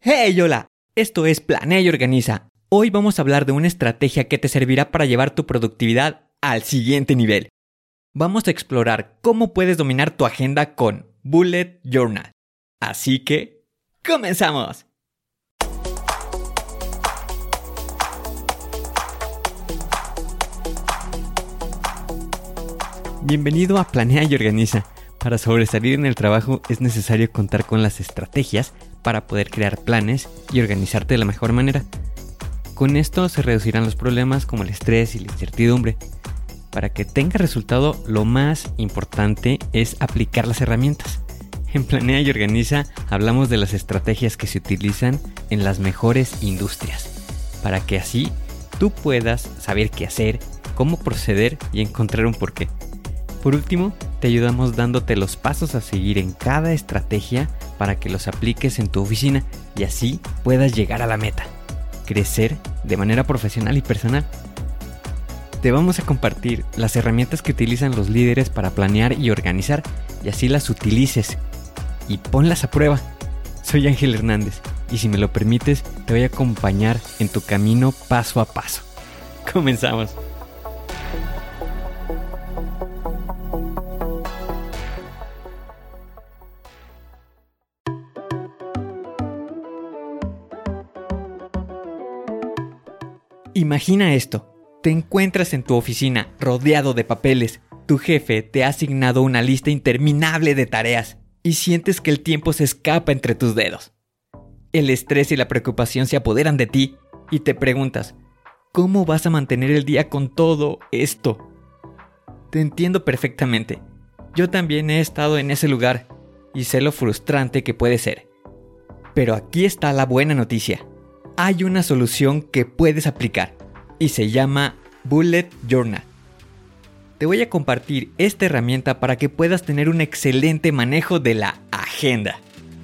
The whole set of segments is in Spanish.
¡Hey, hola! Esto es Planea y Organiza. Hoy vamos a hablar de una estrategia que te servirá para llevar tu productividad al siguiente nivel. Vamos a explorar cómo puedes dominar tu agenda con Bullet Journal. Así que, ¡comenzamos! Bienvenido a Planea y Organiza. Para sobresalir en el trabajo es necesario contar con las estrategias para poder crear planes y organizarte de la mejor manera. Con esto se reducirán los problemas como el estrés y la incertidumbre. Para que tenga resultado, lo más importante es aplicar las herramientas. En Planea y Organiza hablamos de las estrategias que se utilizan en las mejores industrias, para que así tú puedas saber qué hacer, cómo proceder y encontrar un porqué. Por último, te ayudamos dándote los pasos a seguir en cada estrategia para que los apliques en tu oficina y así puedas llegar a la meta, crecer de manera profesional y personal. Te vamos a compartir las herramientas que utilizan los líderes para planear y organizar y así las utilices y ponlas a prueba. Soy Ángel Hernández y si me lo permites te voy a acompañar en tu camino paso a paso. Comenzamos. Imagina esto, te encuentras en tu oficina rodeado de papeles, tu jefe te ha asignado una lista interminable de tareas y sientes que el tiempo se escapa entre tus dedos. El estrés y la preocupación se apoderan de ti y te preguntas, ¿cómo vas a mantener el día con todo esto? Te entiendo perfectamente, yo también he estado en ese lugar y sé lo frustrante que puede ser. Pero aquí está la buena noticia. Hay una solución que puedes aplicar y se llama Bullet Journal. Te voy a compartir esta herramienta para que puedas tener un excelente manejo de la agenda.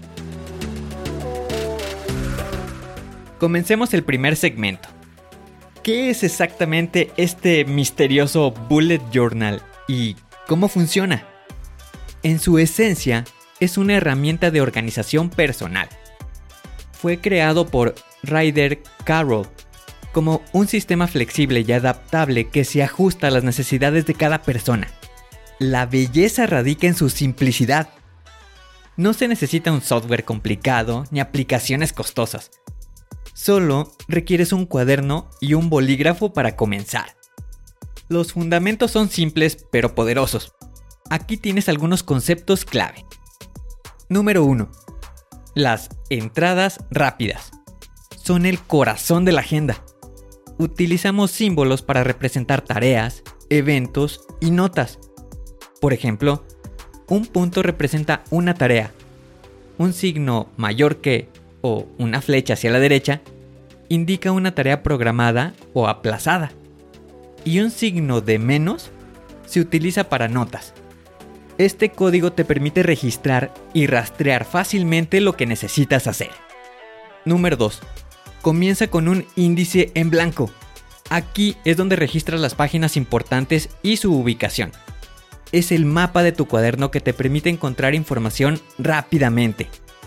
Comencemos el primer segmento. ¿Qué es exactamente este misterioso Bullet Journal y cómo funciona? En su esencia, es una herramienta de organización personal. Fue creado por Ryder Carroll como un sistema flexible y adaptable que se ajusta a las necesidades de cada persona. La belleza radica en su simplicidad. No se necesita un software complicado ni aplicaciones costosas. Solo requieres un cuaderno y un bolígrafo para comenzar. Los fundamentos son simples pero poderosos. Aquí tienes algunos conceptos clave. Número 1. Las entradas rápidas. Son el corazón de la agenda. Utilizamos símbolos para representar tareas, eventos y notas. Por ejemplo, un punto representa una tarea. Un signo mayor que o una flecha hacia la derecha indica una tarea programada o aplazada. Y un signo de menos se utiliza para notas. Este código te permite registrar y rastrear fácilmente lo que necesitas hacer. Número 2. Comienza con un índice en blanco. Aquí es donde registras las páginas importantes y su ubicación. Es el mapa de tu cuaderno que te permite encontrar información rápidamente.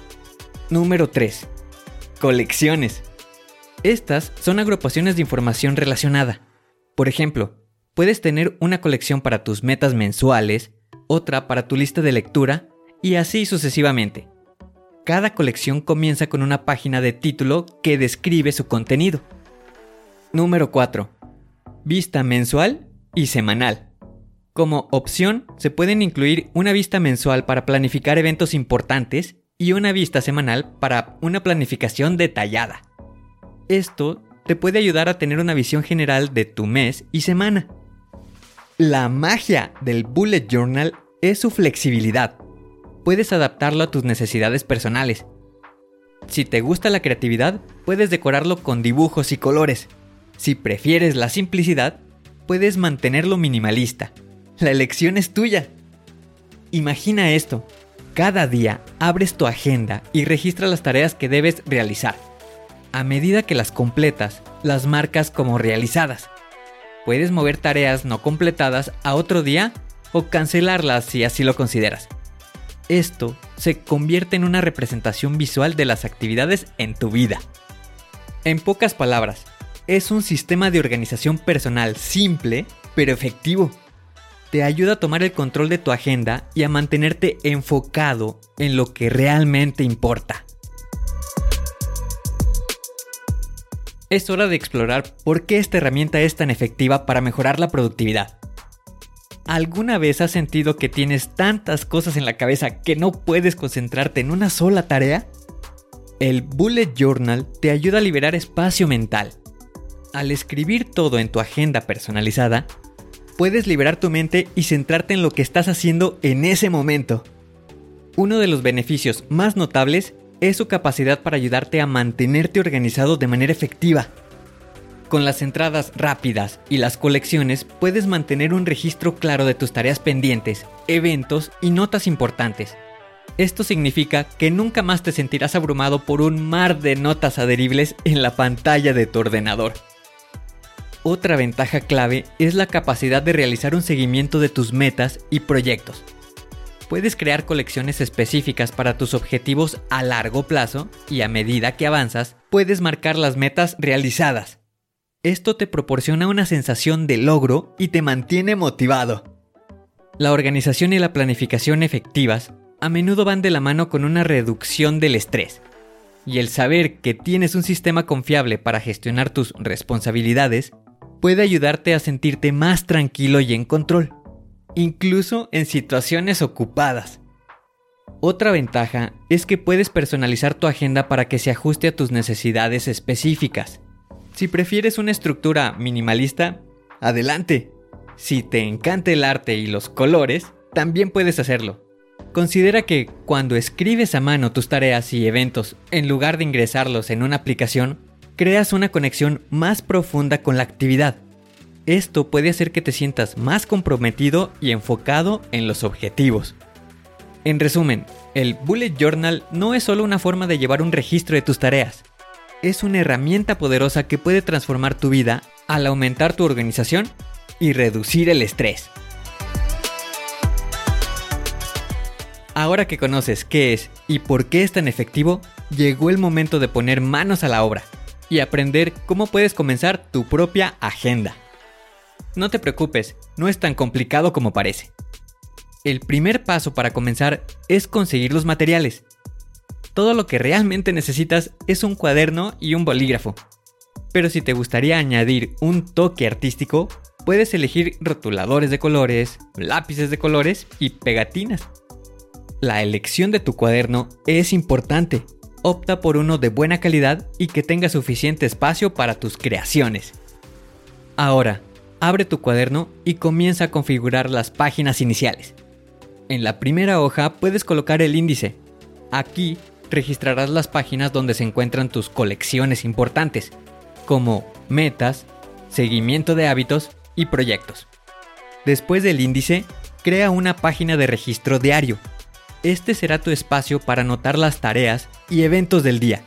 Número 3. Colecciones. Estas son agrupaciones de información relacionada. Por ejemplo, puedes tener una colección para tus metas mensuales, otra para tu lista de lectura y así sucesivamente. Cada colección comienza con una página de título que describe su contenido. Número 4. Vista mensual y semanal. Como opción, se pueden incluir una vista mensual para planificar eventos importantes y una vista semanal para una planificación detallada. Esto te puede ayudar a tener una visión general de tu mes y semana. La magia del Bullet Journal es su flexibilidad. Puedes adaptarlo a tus necesidades personales. Si te gusta la creatividad, puedes decorarlo con dibujos y colores. Si prefieres la simplicidad, puedes mantenerlo minimalista. La elección es tuya. Imagina esto. Cada día abres tu agenda y registras las tareas que debes realizar. A medida que las completas, las marcas como realizadas. Puedes mover tareas no completadas a otro día o cancelarlas si así lo consideras. Esto se convierte en una representación visual de las actividades en tu vida. En pocas palabras, es un sistema de organización personal simple, pero efectivo. Te ayuda a tomar el control de tu agenda y a mantenerte enfocado en lo que realmente importa. Es hora de explorar por qué esta herramienta es tan efectiva para mejorar la productividad. ¿Alguna vez has sentido que tienes tantas cosas en la cabeza que no puedes concentrarte en una sola tarea? El Bullet Journal te ayuda a liberar espacio mental. Al escribir todo en tu agenda personalizada, puedes liberar tu mente y centrarte en lo que estás haciendo en ese momento. Uno de los beneficios más notables es su capacidad para ayudarte a mantenerte organizado de manera efectiva. Con las entradas rápidas y las colecciones puedes mantener un registro claro de tus tareas pendientes, eventos y notas importantes. Esto significa que nunca más te sentirás abrumado por un mar de notas adheribles en la pantalla de tu ordenador. Otra ventaja clave es la capacidad de realizar un seguimiento de tus metas y proyectos. Puedes crear colecciones específicas para tus objetivos a largo plazo y a medida que avanzas, puedes marcar las metas realizadas. Esto te proporciona una sensación de logro y te mantiene motivado. La organización y la planificación efectivas a menudo van de la mano con una reducción del estrés. Y el saber que tienes un sistema confiable para gestionar tus responsabilidades puede ayudarte a sentirte más tranquilo y en control, incluso en situaciones ocupadas. Otra ventaja es que puedes personalizar tu agenda para que se ajuste a tus necesidades específicas. Si prefieres una estructura minimalista, adelante. Si te encanta el arte y los colores, también puedes hacerlo. Considera que cuando escribes a mano tus tareas y eventos, en lugar de ingresarlos en una aplicación, creas una conexión más profunda con la actividad. Esto puede hacer que te sientas más comprometido y enfocado en los objetivos. En resumen, el Bullet Journal no es solo una forma de llevar un registro de tus tareas. Es una herramienta poderosa que puede transformar tu vida al aumentar tu organización y reducir el estrés. Ahora que conoces qué es y por qué es tan efectivo, llegó el momento de poner manos a la obra y aprender cómo puedes comenzar tu propia agenda. No te preocupes, no es tan complicado como parece. El primer paso para comenzar es conseguir los materiales. Todo lo que realmente necesitas es un cuaderno y un bolígrafo. Pero si te gustaría añadir un toque artístico, puedes elegir rotuladores de colores, lápices de colores y pegatinas. La elección de tu cuaderno es importante. Opta por uno de buena calidad y que tenga suficiente espacio para tus creaciones. Ahora, abre tu cuaderno y comienza a configurar las páginas iniciales. En la primera hoja puedes colocar el índice. Aquí registrarás las páginas donde se encuentran tus colecciones importantes, como metas, seguimiento de hábitos y proyectos. Después del índice, crea una página de registro diario. Este será tu espacio para anotar las tareas y eventos del día.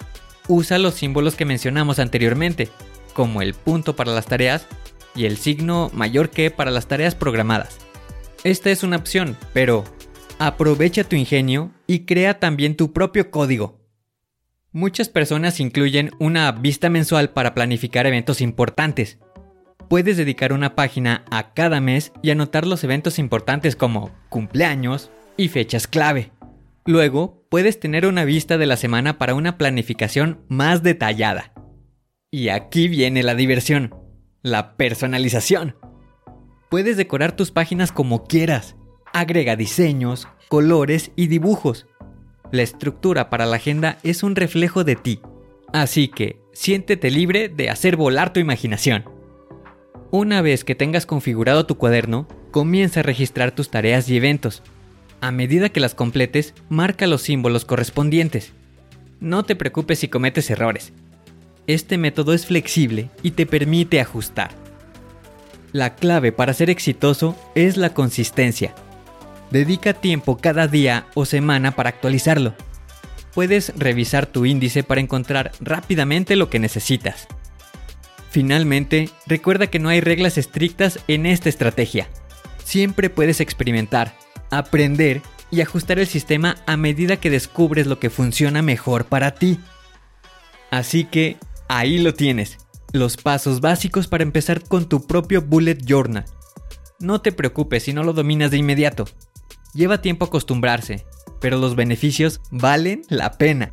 Usa los símbolos que mencionamos anteriormente, como el punto para las tareas y el signo mayor que para las tareas programadas. Esta es una opción, pero aprovecha tu ingenio y crea también tu propio código. Muchas personas incluyen una vista mensual para planificar eventos importantes. Puedes dedicar una página a cada mes y anotar los eventos importantes como cumpleaños y fechas clave. Luego, puedes tener una vista de la semana para una planificación más detallada. Y aquí viene la diversión, la personalización. Puedes decorar tus páginas como quieras. Agrega diseños, colores y dibujos. La estructura para la agenda es un reflejo de ti, así que siéntete libre de hacer volar tu imaginación. Una vez que tengas configurado tu cuaderno, comienza a registrar tus tareas y eventos. A medida que las completes, marca los símbolos correspondientes. No te preocupes si cometes errores. Este método es flexible y te permite ajustar. La clave para ser exitoso es la consistencia. Dedica tiempo cada día o semana para actualizarlo. Puedes revisar tu índice para encontrar rápidamente lo que necesitas. Finalmente, recuerda que no hay reglas estrictas en esta estrategia. Siempre puedes experimentar, aprender y ajustar el sistema a medida que descubres lo que funciona mejor para ti. Así que ahí lo tienes, los pasos básicos para empezar con tu propio bullet journal. No te preocupes si no lo dominas de inmediato. Lleva tiempo acostumbrarse, pero los beneficios valen la pena.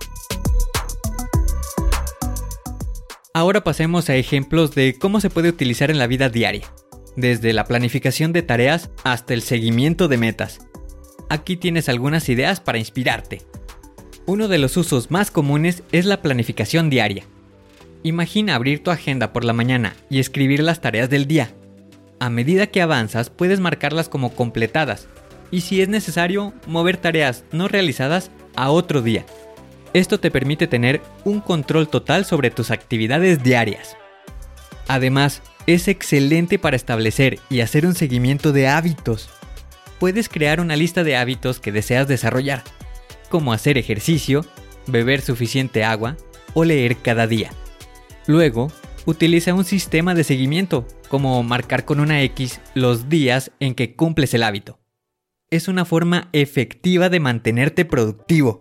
Ahora pasemos a ejemplos de cómo se puede utilizar en la vida diaria, desde la planificación de tareas hasta el seguimiento de metas. Aquí tienes algunas ideas para inspirarte. Uno de los usos más comunes es la planificación diaria. Imagina abrir tu agenda por la mañana y escribir las tareas del día. A medida que avanzas, puedes marcarlas como completadas y, si es necesario, mover tareas no realizadas a otro día. Esto te permite tener un control total sobre tus actividades diarias. Además, es excelente para establecer y hacer un seguimiento de hábitos. Puedes crear una lista de hábitos que deseas desarrollar, como hacer ejercicio, beber suficiente agua o leer cada día. Luego, utiliza un sistema de seguimiento, como marcar con una X los días en que cumples el hábito. Es una forma efectiva de mantenerte productivo.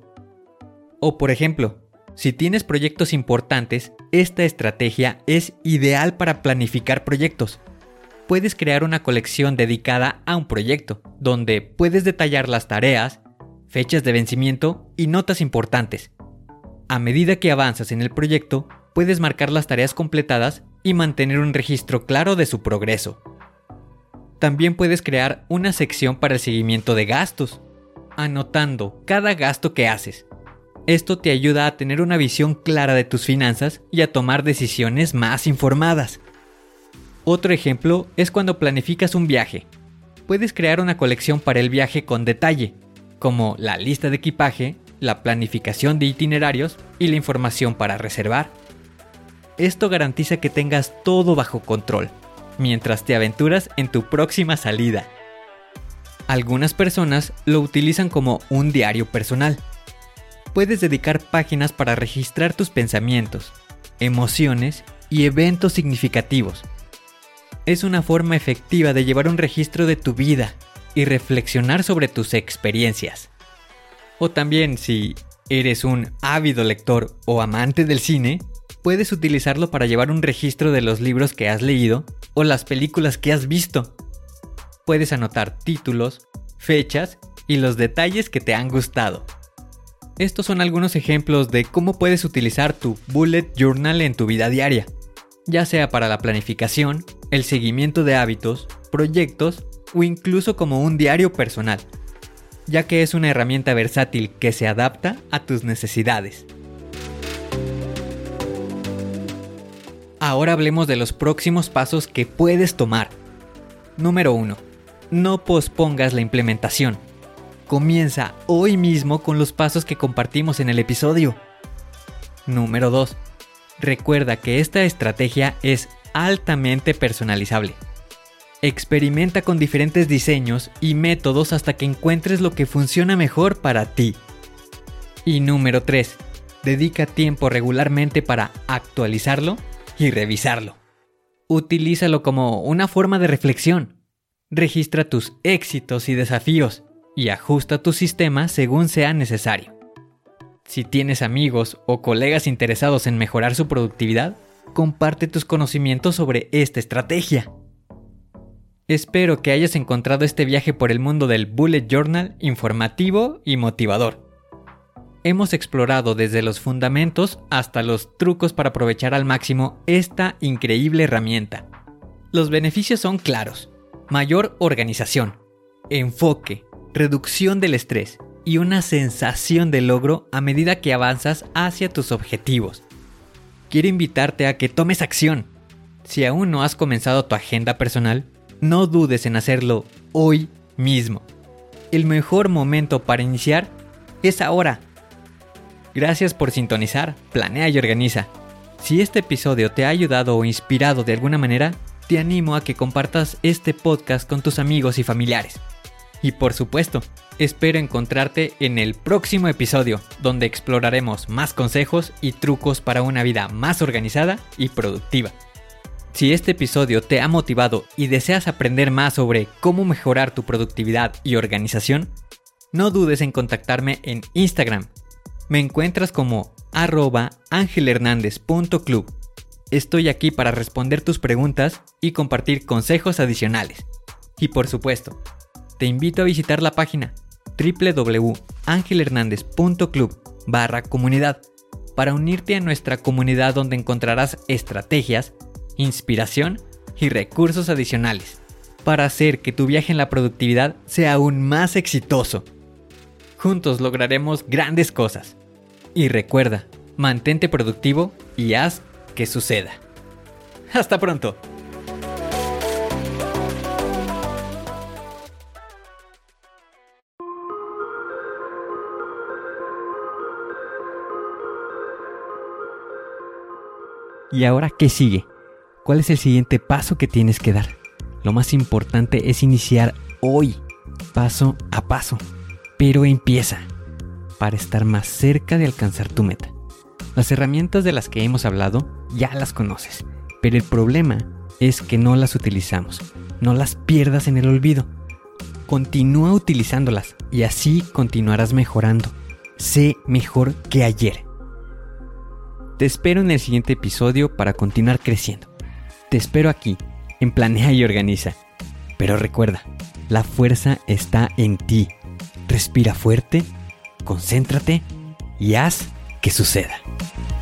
O por ejemplo, si tienes proyectos importantes, esta estrategia es ideal para planificar proyectos. Puedes crear una colección dedicada a un proyecto, donde puedes detallar las tareas, fechas de vencimiento y notas importantes. A medida que avanzas en el proyecto, puedes marcar las tareas completadas y mantener un registro claro de su progreso. También puedes crear una sección para el seguimiento de gastos, anotando cada gasto que haces. Esto te ayuda a tener una visión clara de tus finanzas y a tomar decisiones más informadas. Otro ejemplo es cuando planificas un viaje. Puedes crear una colección para el viaje con detalle, como la lista de equipaje, la planificación de itinerarios y la información para reservar. Esto garantiza que tengas todo bajo control, mientras te aventuras en tu próxima salida. Algunas personas lo utilizan como un diario personal. Puedes dedicar páginas para registrar tus pensamientos, emociones y eventos significativos. Es una forma efectiva de llevar un registro de tu vida y reflexionar sobre tus experiencias. O también, si eres un ávido lector o amante del cine, puedes utilizarlo para llevar un registro de los libros que has leído o las películas que has visto. Puedes anotar títulos, fechas y los detalles que te han gustado. Estos son algunos ejemplos de cómo puedes utilizar tu bullet journal en tu vida diaria, ya sea para la planificación, el seguimiento de hábitos, proyectos o incluso como un diario personal, ya que es una herramienta versátil que se adapta a tus necesidades. Ahora hablemos de los próximos pasos que puedes tomar. Número 1. No pospongas la implementación. Comienza hoy mismo con los pasos que compartimos en el episodio. Número 2. Recuerda que esta estrategia es altamente personalizable. Experimenta con diferentes diseños y métodos hasta que encuentres lo que funciona mejor para ti. Y número 3. Dedica tiempo regularmente para actualizarlo y revisarlo. Utilízalo como una forma de reflexión. Registra tus éxitos y desafíos y ajusta tu sistema según sea necesario. Si tienes amigos o colegas interesados en mejorar su productividad, comparte tus conocimientos sobre esta estrategia. Espero que hayas encontrado este viaje por el mundo del bullet journal informativo y motivador. Hemos explorado desde los fundamentos hasta los trucos para aprovechar al máximo esta increíble herramienta. Los beneficios son claros: mayor organización, enfoque, reducción del estrés y una sensación de logro a medida que avanzas hacia tus objetivos. Quiero invitarte a que tomes acción. Si aún no has comenzado tu agenda personal, no dudes en hacerlo hoy mismo. El mejor momento para iniciar es ahora. Gracias por sintonizar Planea y Organiza. Si este episodio te ha ayudado o inspirado de alguna manera, te animo a que compartas este podcast con tus amigos y familiares. Y por supuesto, espero encontrarte en el próximo episodio, donde exploraremos más consejos y trucos para una vida más organizada y productiva. Si este episodio te ha motivado y deseas aprender más sobre cómo mejorar tu productividad y organización, no dudes en contactarme en Instagram. Me encuentras como @angelhernandez.club. Estoy aquí para responder tus preguntas y compartir consejos adicionales. Y por supuesto, te invito a visitar la página www.angelhernandez.club/comunidad para unirte a nuestra comunidad donde encontrarás estrategias, inspiración y recursos adicionales para hacer que tu viaje en la productividad sea aún más exitoso. Juntos lograremos grandes cosas. Y recuerda, mantente productivo y haz que suceda. ¡Hasta pronto! ¿Y ahora qué sigue? ¿Cuál es el siguiente paso que tienes que dar? Lo más importante es iniciar hoy, paso a paso. Pero empieza, para estar más cerca de alcanzar tu meta. Las herramientas de las que hemos hablado ya las conoces, pero el problema es que no las utilizamos. No las pierdas en el olvido. Continúa utilizándolas y así continuarás mejorando. Sé mejor que ayer. Te espero en el siguiente episodio para continuar creciendo. Te espero aquí, en Planea y Organiza. Pero recuerda, la fuerza está en ti. Respira fuerte, concéntrate y haz que suceda.